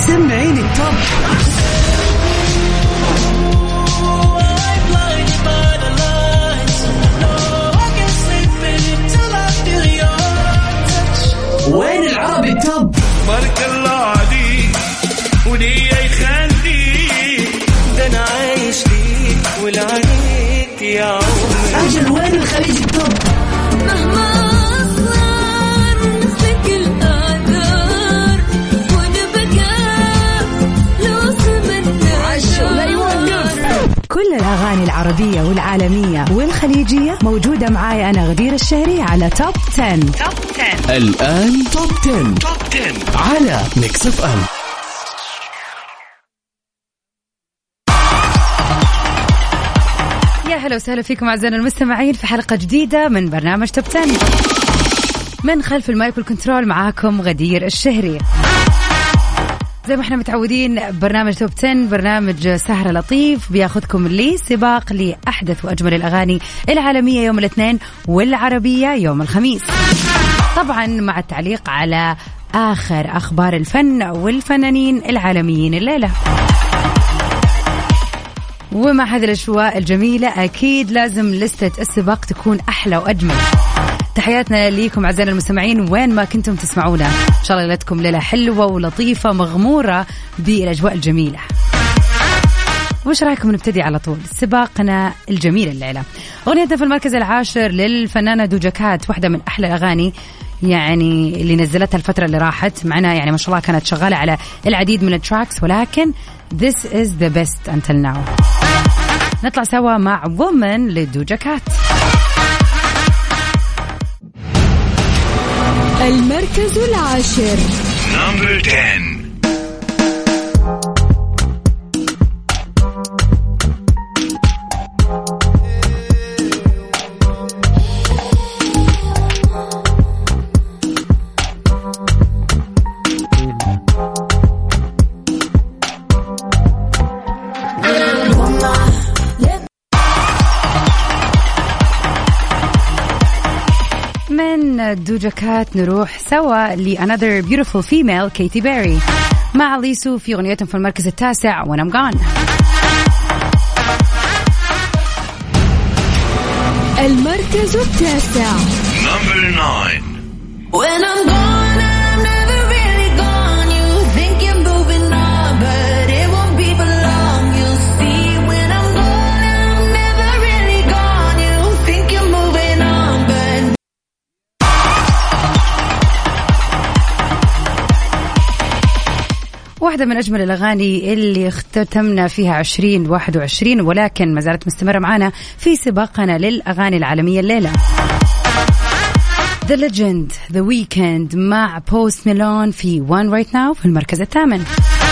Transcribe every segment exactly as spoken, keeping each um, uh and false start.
سمعيني التوب. وين العربي التوب؟ بارك الله عليك ولي يخليك ده انا عايش ليك ولعنيك يا عمري. اجل وين الخليج التوب؟ مهما صار مثلك القدر ونبقى نوصل من عشو لا يوقف. كل الأغاني العربية والعالمية والخليجية موجودة معاي أنا غدير الشهري على توب عشرة. توب عشرة الآن توب عشرة. توب عشرة على ميكس اف ام. يا هلا وسهلا فيكم أعزائنا المستمعين في حلقة جديدة من برنامج توب عشرة. من خلف المايك والكنترول معاكم غدير الشهري. زي ما احنا متعودين برنامج توب عشرة برنامج سهرة لطيف بياخذكم لي سباق لأحدث وأجمل الأغاني العالمية يوم الاثنين والعربية يوم الخميس، طبعا مع التعليق على آخر أخبار الفن والفنانين العالميين الليلة. ومع هذه الأشواء الجميلة أكيد لازم لستة السباق تكون أحلى وأجمل. تحياتنا ليكم أعزائنا المستمعين وين ما كنتم تسمعونا، إن شاء الله لكم ليلة حلوة ولطيفة مغمورة بالأجواء الجميلة. وش رأيكم نبتدي على طول سباقنا الجميل الليلة؟ أغنيتنا في المركز العاشر للفنانة دوجا كات، واحدة من أحلى الأغاني يعني اللي نزلتها الفترة اللي راحت معنا، يعني ما شاء الله كانت شغالة على العديد من التراكس، ولكن this is the best until now. نطلع سوا مع woman لدوجا كات. المركز العاشر نمبر عشرة. من دوجا كات نروح سوا ل Another Beautiful Female كيتي بيري مع ليسو في أغنيتهم في المركز التاسع When I'm Gone. المركز التاسع نمبر تسعة. When I'm gone I'm never really gone. You think you're moving on but it won't be for long. You'll see when I'm gone I'm never really gone. You think you're moving on but واحدة من أجمل الأغاني اللي اختتمنا فيها عشرين واحد وعشرين، ولكن ما زالت مستمرة معنا في سباقنا للأغاني العالمية الليلة. The Legend The Weeknd مع Post Malone في One Right Now في المركز الثامن.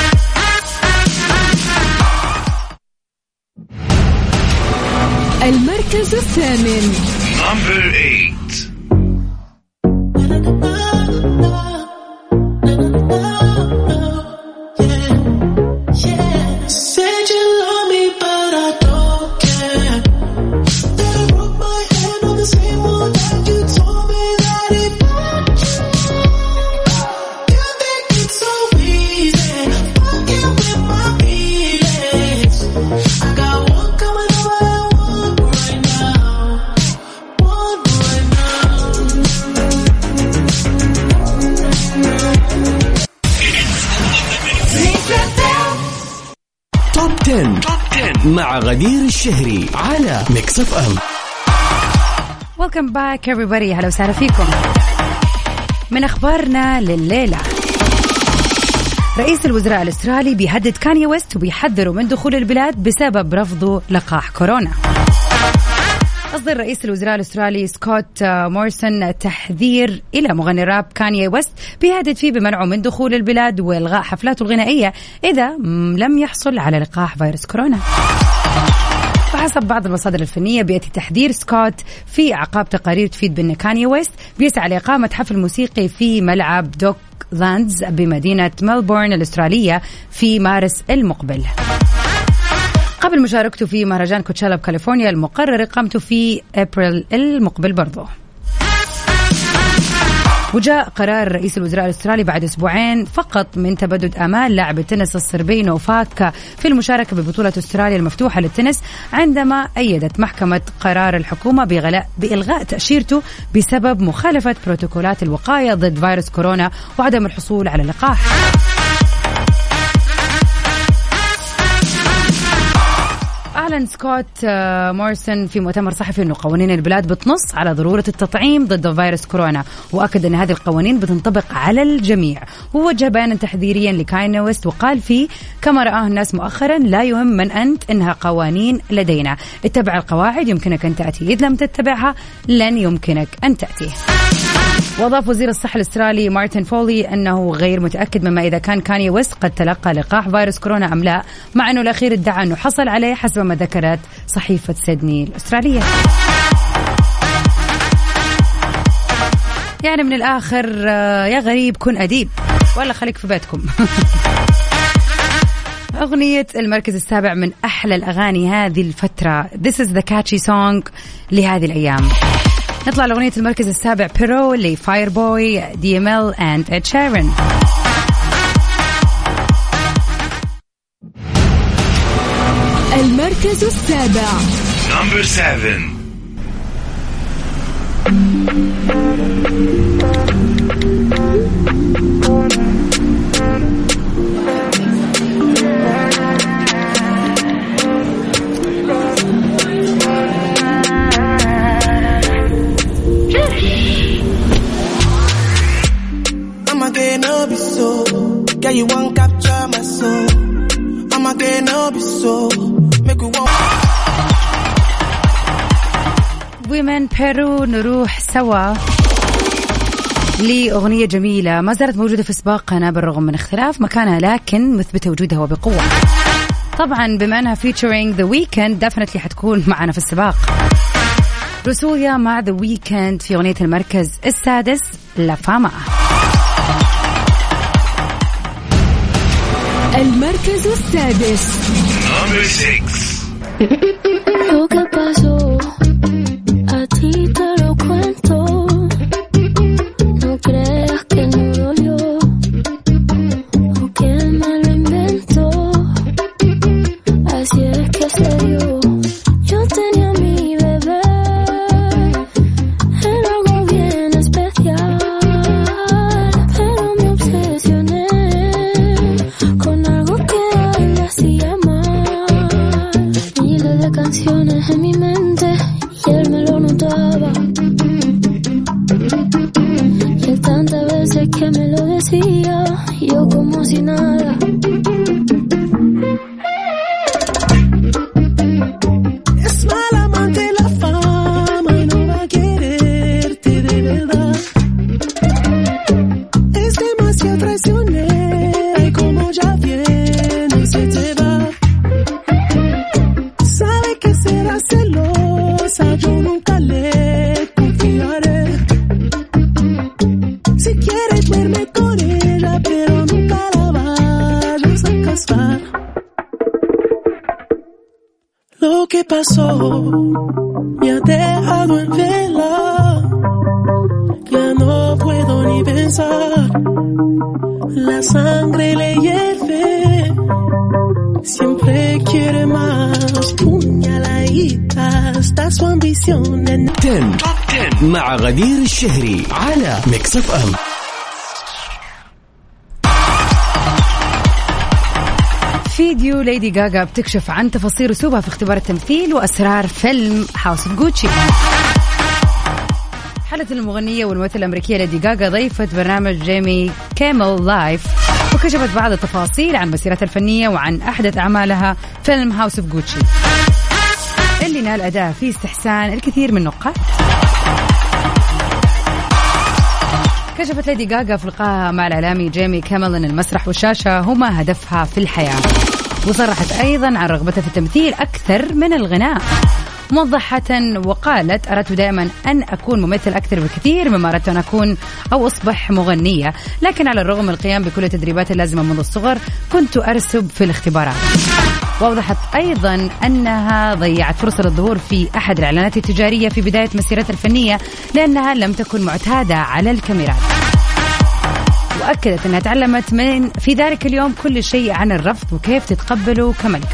المركز الثامن نمبر ثمانية. مع غدير الشهري على ميكس اف ام. Welcome back everybody. هلا وسهلا فيكم. من أخبارنا لليلة، رئيس الوزراء الأسترالي بيهدد كاني ويست وبيحذره من دخول البلاد بسبب رفضه لقاح كورونا. أصدر رئيس الوزراء الأسترالي سكوت مورسون تحذير إلى مغني راب كاني ويست بيهدد فيه بمنعه من دخول البلاد وإلغاء حفلاته الغنائية إذا لم يحصل على لقاح فيروس كورونا. وحسب بعض المصادر الفنية بيأتي تحذير سكوت في أعقاب تقارير تفيد بأن كاني ويست بيسعى لإقامة حفل موسيقي في ملعب دوك لاندز بمدينة ملبورن الأسترالية في مارس المقبل، قبل مشاركته في مهرجان كوتشيلا بكاليفورنيا المقرر إقامته في أبريل المقبل برضه. وجاء قرار رئيس الوزراء الأسترالي بعد أسبوعين فقط من تبدد آمال لاعب التنس الصربي نوفاك في المشاركة ببطولة أستراليا المفتوحة للتنس، عندما أيدت محكمة قرار الحكومة بغلاء بإلغاء تأشيرته بسبب مخالفة بروتوكولات الوقاية ضد فيروس كورونا وعدم الحصول على اللقاح. أعلن سكوت مورسون في مؤتمر صحفي أنه قوانين البلاد بتنص على ضرورة التطعيم ضد فيروس كورونا، وأكد أن هذه القوانين بتنطبق على الجميع. ووجه بيانا تحذيريا لكانيا ويست وقال فيه كما رآه الناس مؤخرا: لا يهم من أنت، إنها قوانين لدينا، اتبع القواعد يمكنك أن تأتي، إذ لم تتبعها لن يمكنك أن تأتي. وأضاف وزير الصحة الأسترالي مارتن فولي أنه غير متأكد مما إذا كان كانيا ويست قد تلقى لقاح فيروس كورونا أم لا، مع أنه الأخير ادعى أنه حصل عليه حسب ما ذكرت صحيفة سيدني الأسترالية. يعني من الآخر يا غريب كن أديب ولا خليك في بيتكم. أغنية المركز السابع من أحلى الأغاني هذه الفترة. This is the catchy song لهذه الأيام. نطلع لأغنية المركز السابع بيرو لفاير بوي، دي ام ال and Ed Sheeran. المركز السابع. Number seven. Yeah, you won't capture my soul. I'm again up so make you want. Women Peru. نروح سوا لأغنية جميلة ما زالت موجودة في سباقنا بالرغم من اختلاف مكانها، لكن مثبتة وجودها وبقوة. طبعا بما أنها featuring The Weeknd definitely حتكون معنا في السباق. رسوليا مع The Weeknd في أغنية المركز السادس لا فاما. المركز السادس. Number six. Lo que pasó a ti te lo cuento, no creas que no dolió o que me lo inventó, así es que se dio. Yo tenía mi bebé, era algo bien especial, pero me obsesioné con algo que a él le hacía mal. Miles de canciones en mi mente y él me lo notaba. Y él tantas veces que me lo decía, yo como si nada. Es mala amante la fama y no va a quererte de verdad. Es demasiado traicionera y como ya viene se te va. Sabe que será celosa, yo nunca le confiaré. Si quieres verme con ella, pero nunca la vayas a casar. Lo que pasó me ha dejado en vela, ya no puedo ni pensar. La sangre le hierve, siempre quiere más. Puñaladita está su ambición en عشرة مع غدير الشهري على ميكس اف ام. فيديو ليدي غاغا بتكشف عن تفاصيل رسوبها في اختبار التمثيل وأسرار فيلم هاوس اوف جوتشي. حلت المغنية والممثلة الأمريكية ليدي غاغا ضيفة برنامج جيمي كيمل لايف، وكشفت بعض التفاصيل عن مسيرتها الفنية وعن أحدث أعمالها فيلم هاوس اوف جوتشي اللي نال أداء فيه استحسان الكثير من النقاد. كشفت ليدي غاغا في لقائها مع الإعلامي جيمي كيمل أن المسرح والشاشة هما هدفها في الحياة، وصرحت أيضا عن رغبتها في التمثيل أكثر من الغناء، موضحة وقالت: أردت دائما أن أكون ممثل أكثر بكثير مما أردت أن أكون أو أصبح مغنية، لكن على الرغم من القيام بكل التدريبات اللازمة منذ الصغر كنت أرسب في الاختبارات. وأوضحت أيضا أنها ضيعت فرصة للظهور في أحد الإعلانات التجارية في بداية مسيرتها الفنية لأنها لم تكن معتادة على الكاميرات. وأكدت أنها تعلمت من في ذلك اليوم كل شيء عن الرفض وكيف تتقبله كملكة.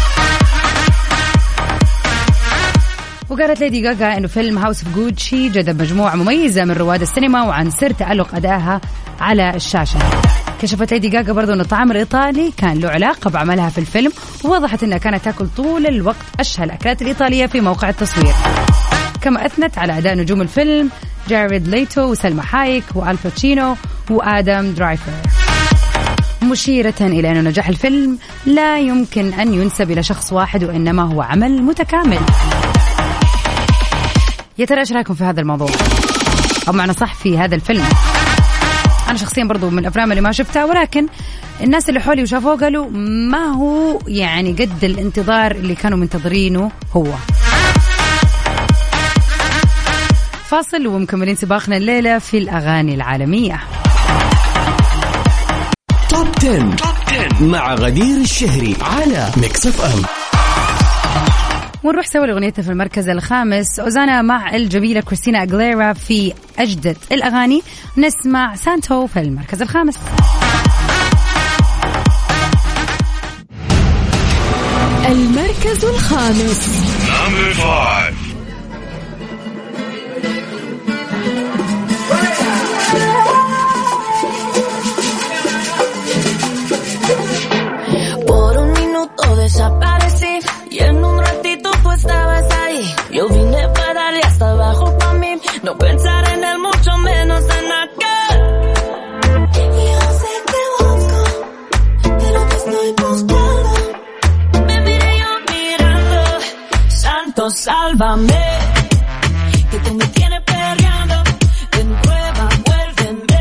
وقالت ليدي غاغا أنه فيلم هاوس اوف جوتشي جذب مجموعة مميزة من رواد السينما وعن سر تألق أدائها على الشاشة. كشفت ليدي غاغا برضو أن الطعام الإيطالي كان له علاقة بعملها في الفيلم، ووضحت أنها كانت تأكل طول الوقت أشهى الأكلات الإيطالية في موقع التصوير. كما أثنت على أداء نجوم الفيلم جاريد ليتو وسلمى حايك والباتشينو وآدم درايفر، مشيرة إلى أن نجاح الفيلم لا يمكن أن ينسب إلى شخص واحد وإنما هو عمل متكامل. يا ترى إيش رأيكم في هذا الموضوع أو معنى صح في هذا الفيلم؟ أنا شخصيا برضو من الأفلام اللي ما شفتها، ولكن الناس اللي حولي وشافوه قالوا ما هو يعني قد الانتظار اللي كانوا منتظرينه هو. فاصل ومكملين سباقنا الليلة في الأغاني العالمية. توب عشرة مع غدير الشهري على ميكس اف ام. ونروح سوا لأغنيتنا في المركز الخامس، أوزانا مع الجميلة كريستينا أغليرا في أجدد الأغاني. نسمع سانتو في المركز الخامس. المركز الخامس. Number five. Por un minuto desaparecí y en un ratito tú estabas ahí. Yo vine para darle hasta abajo pa' mí, no pensar en él, mucho menos en aquel. Yo sé que busco, pero te estoy buscando. Me miré yo mirando, santo sálvame, que tú me tienes perreando, de nueva vuélveme.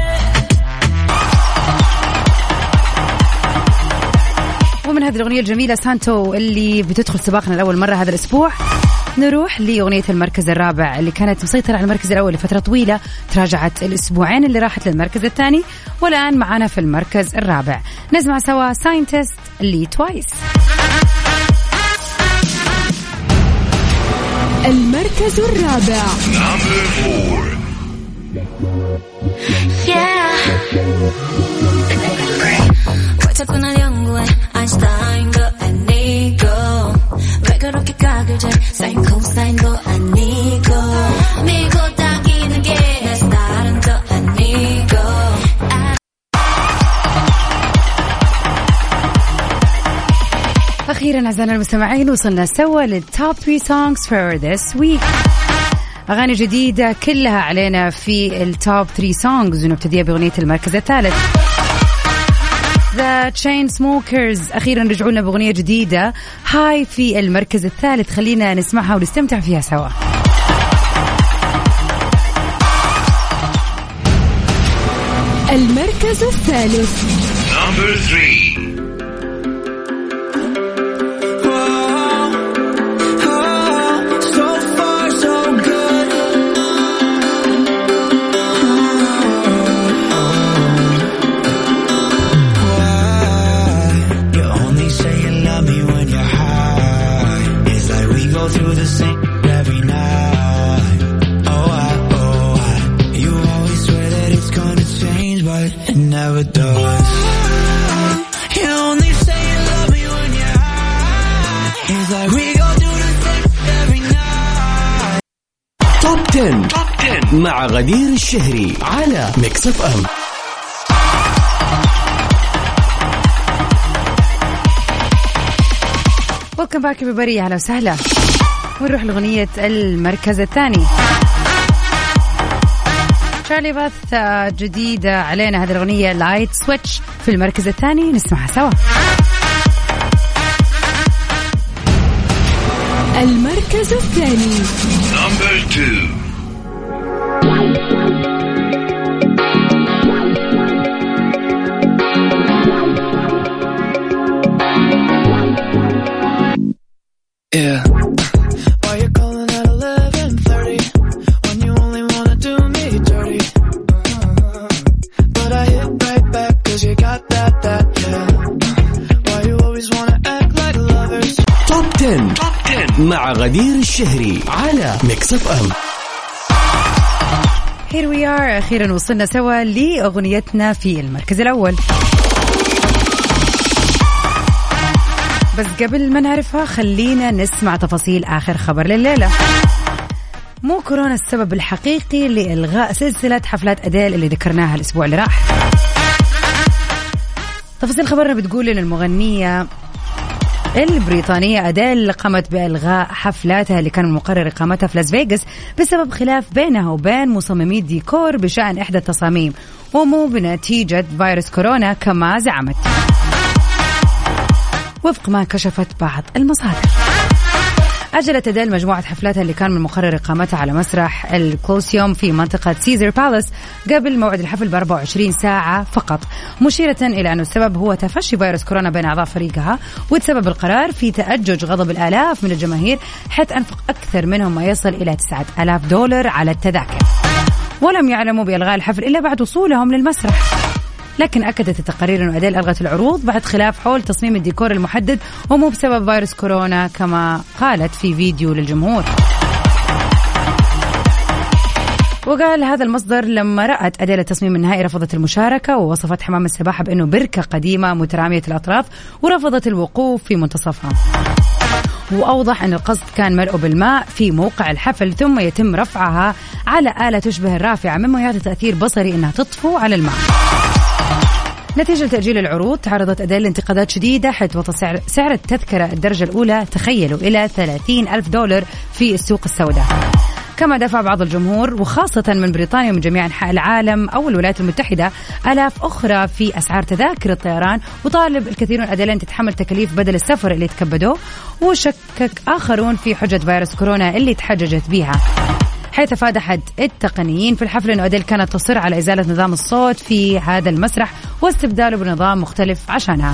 ومن هذه الأغنية الجميلة سانتو اللي بتدخل سباقنا لأول مرة هذا الأسبوع، نروح لأغنية المركز الرابع اللي كانت مسيطرة على المركز الأول لفترة طويلة، تراجعت الأسبوعين اللي راحت للمركز الثاني والآن معنا في المركز الرابع. نسمع سوا ساينتست اللي توايس. المركز الرابع. Number four. 왜 연구해 아인슈타인도 아니고 왜 그렇게 각을 재 사인 코사인도 아니고 밀고 당기는 게 내 스타일은 또 아니고. أخيرا أعزائنا المستمعين وصلنا سوا للتوب ثري songs for this week. أغاني جديدة كلها علينا في التوب ثري songs، ونبتدي بأغنية المركز الثالث The Chainsmokers. أخيرا رجعوا لنا بأغنية جديدة هاي في المركز الثالث، خلينا نسمعها ونستمتع فيها سوا. المركز الثالث. Number three. Through the same every night. Oh, I, oh, I. You always swear that it's gonna change, but it never does. You only say you love me when you're high. It's like we go through the same every night. توب عشرة مع غدير الشهري على ميكس اف ام. Welcome back everybody، أهلا وسهلا. ونروح لأغنية المركز الثاني، شارلي باث جديدة علينا هذه الأغنية لايت سويتش في المركز الثاني، نسمعها سوا. المركز الثاني. Number two. Yeah. Why you calling at eleven thirty when you only wanna do me dirty? But I hit right back 'cause you got that, that, yeah. Why you always wanna act like a lover مع غدير الشهري على ميكس اف ام. Here we are. أخيرا وصلنا سوا لأغنيتنا في المركز الأول. بس قبل ما نعرفها خلينا نسمع تفاصيل آخر خبر لليلة. مو كورونا السبب الحقيقي لإلغاء سلسلة حفلات أديل اللي ذكرناها الأسبوع اللي راح. تفاصيل خبرنا بتقول إن المغنية البريطانية أديل قامت بإلغاء حفلاتها اللي كان مقرر إقامتها في لاس فيغاس بسبب خلاف بينها وبين مصممي الديكور بشأن إحدى التصاميم، ومو بنتيجة فيروس كورونا كما زعمت، وفق ما كشفت بعض المصادر. أجلت أديل مجموعة حفلاتها اللي كان من مقرر إقامتها على مسرح الكولوسيوم في منطقة سيزر بالاس قبل موعد الحفل ب أربعة وعشرين ساعة فقط، مشيرة إلى أن السبب هو تفشي فيروس كورونا بين أعضاء فريقها، وتسبب القرار في تأجج غضب الآلاف من الجماهير حيث أنفق أكثر منهم ما يصل إلى تسعة آلاف دولار على التذاكر، ولم يعلموا بإلغاء الحفل إلا بعد وصولهم للمسرح. لكن أكدت التقارير أن أديل ألغت العروض بعد خلاف حول تصميم الديكور المحدد ومو بسبب فيروس كورونا كما قالت في فيديو للجمهور. وقال هذا المصدر لما رأت أديل التصميم النهائي رفضت المشاركة، ووصفت حمام السباحة بأنه بركة قديمة مترامية الأطراف ورفضت الوقوف في منتصفها، وأوضح أن القصد كان ملء بالماء في موقع الحفل ثم يتم رفعها على آلة تشبه الرافعة مما يعطي تأثير بصري أنها تطفو على الماء. نتيجة تأجيل العروض تعرضت أديل لانتقادات شديدة حيث وصل سعر, سعر التذكرة الدرجة الأولى تخيلوا إلى ثلاثين ألف دولار في السوق السوداء. كما دفع بعض الجمهور وخاصة من بريطانيا ومن جميع أنحاء العالم أو الولايات المتحدة آلاف أخرى في أسعار تذاكر الطيران، وطالب الكثيرون أديل أن تتحمل تكاليف بدل السفر اللي تكبدوه، وشكك آخرون في حجة فيروس كورونا اللي تحججت بها، حيث أفاد أحد التقنيين في الحفل أن أديل كانت تصر على إزالة نظام الصوت في هذا المسرح واستبداله بنظام مختلف عشانها.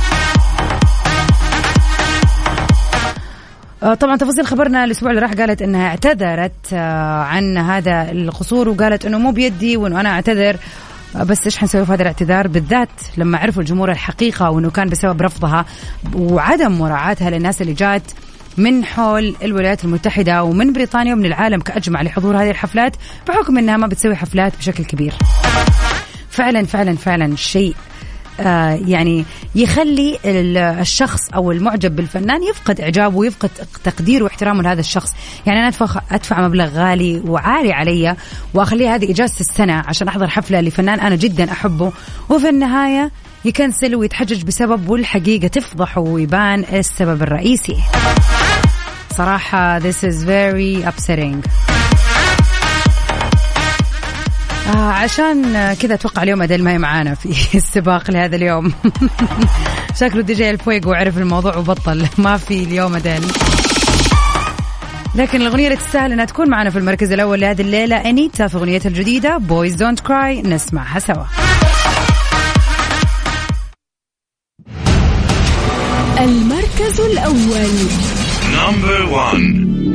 طبعا تفاصيل خبرنا الأسبوع اللي راح قالت أنها اعتذرت عن هذا القصور، وقالت أنه مو بيدي وأنه أنا اعتذر، بس إيش حنسوي في هذا الاعتذار بالذات لما عرفوا الجمهور الحقيقة وأنه كان بسبب رفضها وعدم مراعاتها للناس اللي جات من حول الولايات المتحدة ومن بريطانيا ومن العالم كأجمع لحضور هذه الحفلات بحكم أنها ما بتسوي حفلات بشكل كبير. فعلا فعلا فعلا شيء آه يعني يخلي الشخص أو المعجب بالفنان يفقد إعجابه ويفقد تقديره واحترامه لهذا الشخص. يعني أنا أدفع, أدفع مبلغ غالي وعالي علي وأخليه هذه إجازة السنة عشان أحضر حفلة لفنان أنا جدا أحبه، وفي النهاية يكنسل ويتحجج بسبب والحقيقة تفضح ويبان السبب الرئيسي. صراحة this is very upsetting. آه عشان كذا أتوقع اليوم أديل ما هي معانا في السباق لهذا اليوم. شكله دي جي الفويق وعرف الموضوع وبطل، ما في اليوم أديل. لكن الأغنية اللي تستاهل أنها تكون معنا في المركز الأول لهذه الليلة أنيتا في أغنيتها الجديدة Boys Don't Cry، نسمعها سوا. المركز الأول. Number one.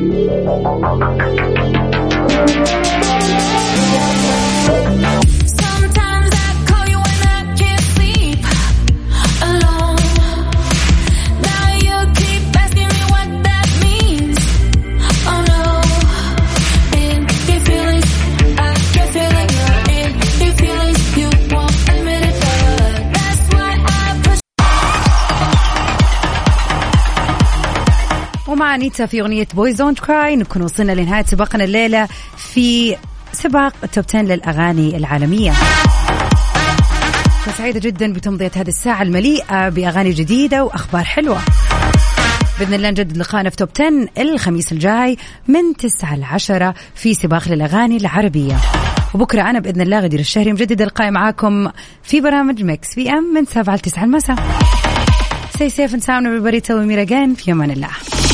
Sometimes I call you when I can't sleep alone. Now you keep asking me what that means. Oh no, in your feelings, I get feeling. In your feelings, you won't admit it, but that's why I push. ومع أنيتا في أغنية Boys Don't Cry نكون وصلنا لنهاية سباقنا الليلة في سباق التوب عشرة للأغاني العالمية. سعيدة جدا بتمضية هذه الساعة المليئة بأغاني جديدة وأخبار حلوة. بإذن الله نجدد لقاءنا في توب عشرة الخميس الجاي من تسعة لعشرة في سباق للأغاني العربية. وبكرة أنا بإذن الله غدير الشهري مجدد اللقاء معاكم في برامج ميكس في أم من سبعة لتسعة المساء. Stay safe and sound everybody till we meet again. في أمان الله.